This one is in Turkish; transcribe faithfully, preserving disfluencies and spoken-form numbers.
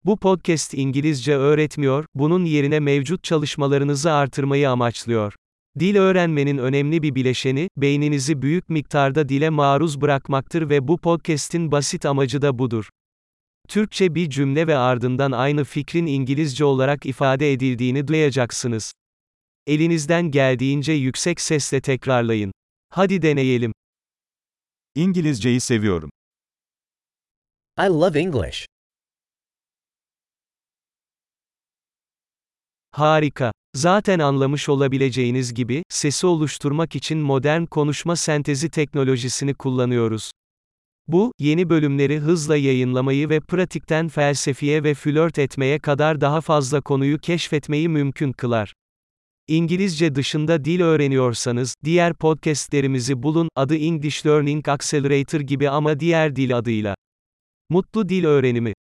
Bu podcast İngilizce öğretmiyor, bunun yerine mevcut çalışmalarınızı artırmayı amaçlıyor. Dil öğrenmenin önemli bir bileşeni, beyninizi büyük miktarda dile maruz bırakmaktır ve bu podcast'in basit amacı da budur. Türkçe bir cümle ve ardından aynı fikrin İngilizce olarak ifade edildiğini duyacaksınız. Elinizden geldiğince yüksek sesle tekrarlayın. Hadi deneyelim. İngilizceyi seviyorum. I love English. Harika. Zaten anlamış olabileceğiniz gibi, sesi oluşturmak için modern konuşma sentezi teknolojisini kullanıyoruz. Bu, yeni bölümleri hızla yayınlamayı ve pratikten felsefeye ve flört etmeye kadar daha fazla konuyu keşfetmeyi mümkün kılar. İngilizce dışında dil öğreniyorsanız, diğer podcastlerimizi bulun, adı English Learning Accelerator gibi ama diğer dil adıyla. Mutlu dil öğrenimi.